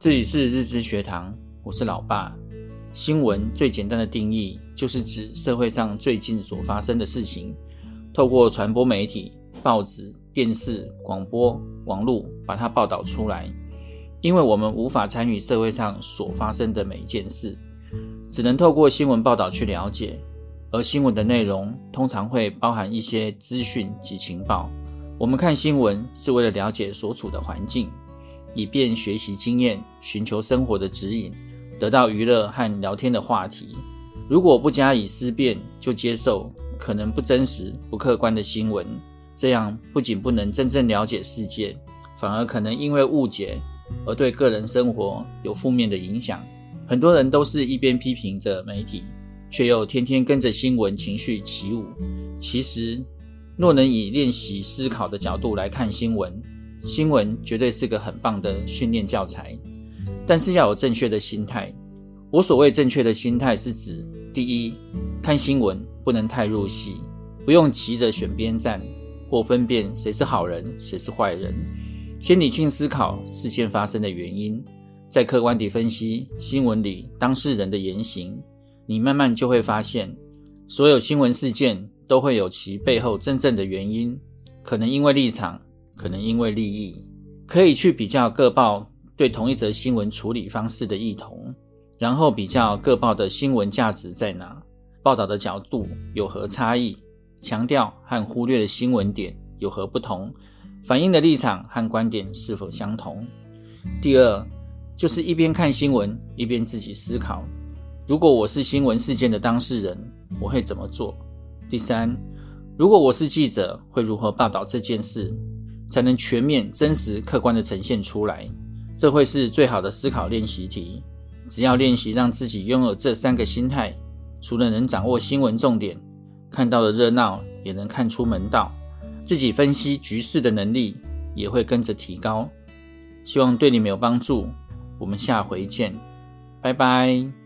这里是日知学堂，我是老爸。新闻最简单的定义就是指社会上最近所发生的事情，透过传播媒体、报纸、电视、广播、网络把它报道出来。因为我们无法参与社会上所发生的每一件事，只能透过新闻报道去了解，而新闻的内容通常会包含一些资讯及情报。我们看新闻是为了了解所处的环境，以便学习经验，寻求生活的指引，得到娱乐和聊天的话题。如果不加以思辨就接受可能不真实、不客观的新闻，这样不仅不能真正了解世界，反而可能因为误解而对个人生活有负面的影响。很多人都是一边批评着媒体，却又天天跟着新闻情绪起舞。其实若能以练习思考的角度来看新闻，新闻绝对是个很棒的训练教材，但是要有正确的心态。我所谓正确的心态是指，第一，看新闻不能太入戏，不用急着选边站或分辨谁是好人谁是坏人，先理性思考事件发生的原因，再客观地分析新闻里当事人的言行。你慢慢就会发现，所有新闻事件都会有其背后真正的原因，可能因为立场，可能因为利益。可以去比较各报对同一则新闻处理方式的异同，然后比较各报的新闻价值在哪，报道的角度有何差异，强调和忽略的新闻点有何不同，反映的立场和观点是否相同。第二，就是一边看新闻一边自己思考，如果我是新闻事件的当事人，我会怎么做？第三，如果我是记者，会如何报道这件事，才能全面、真实、客观地呈现出来？这会是最好的思考练习题。只要练习让自己拥有这3个心态，除了能掌握新闻重点，看到的热闹也能看出门道，自己分析局势的能力也会跟着提高。希望对你们有帮助，我们下回见，拜拜。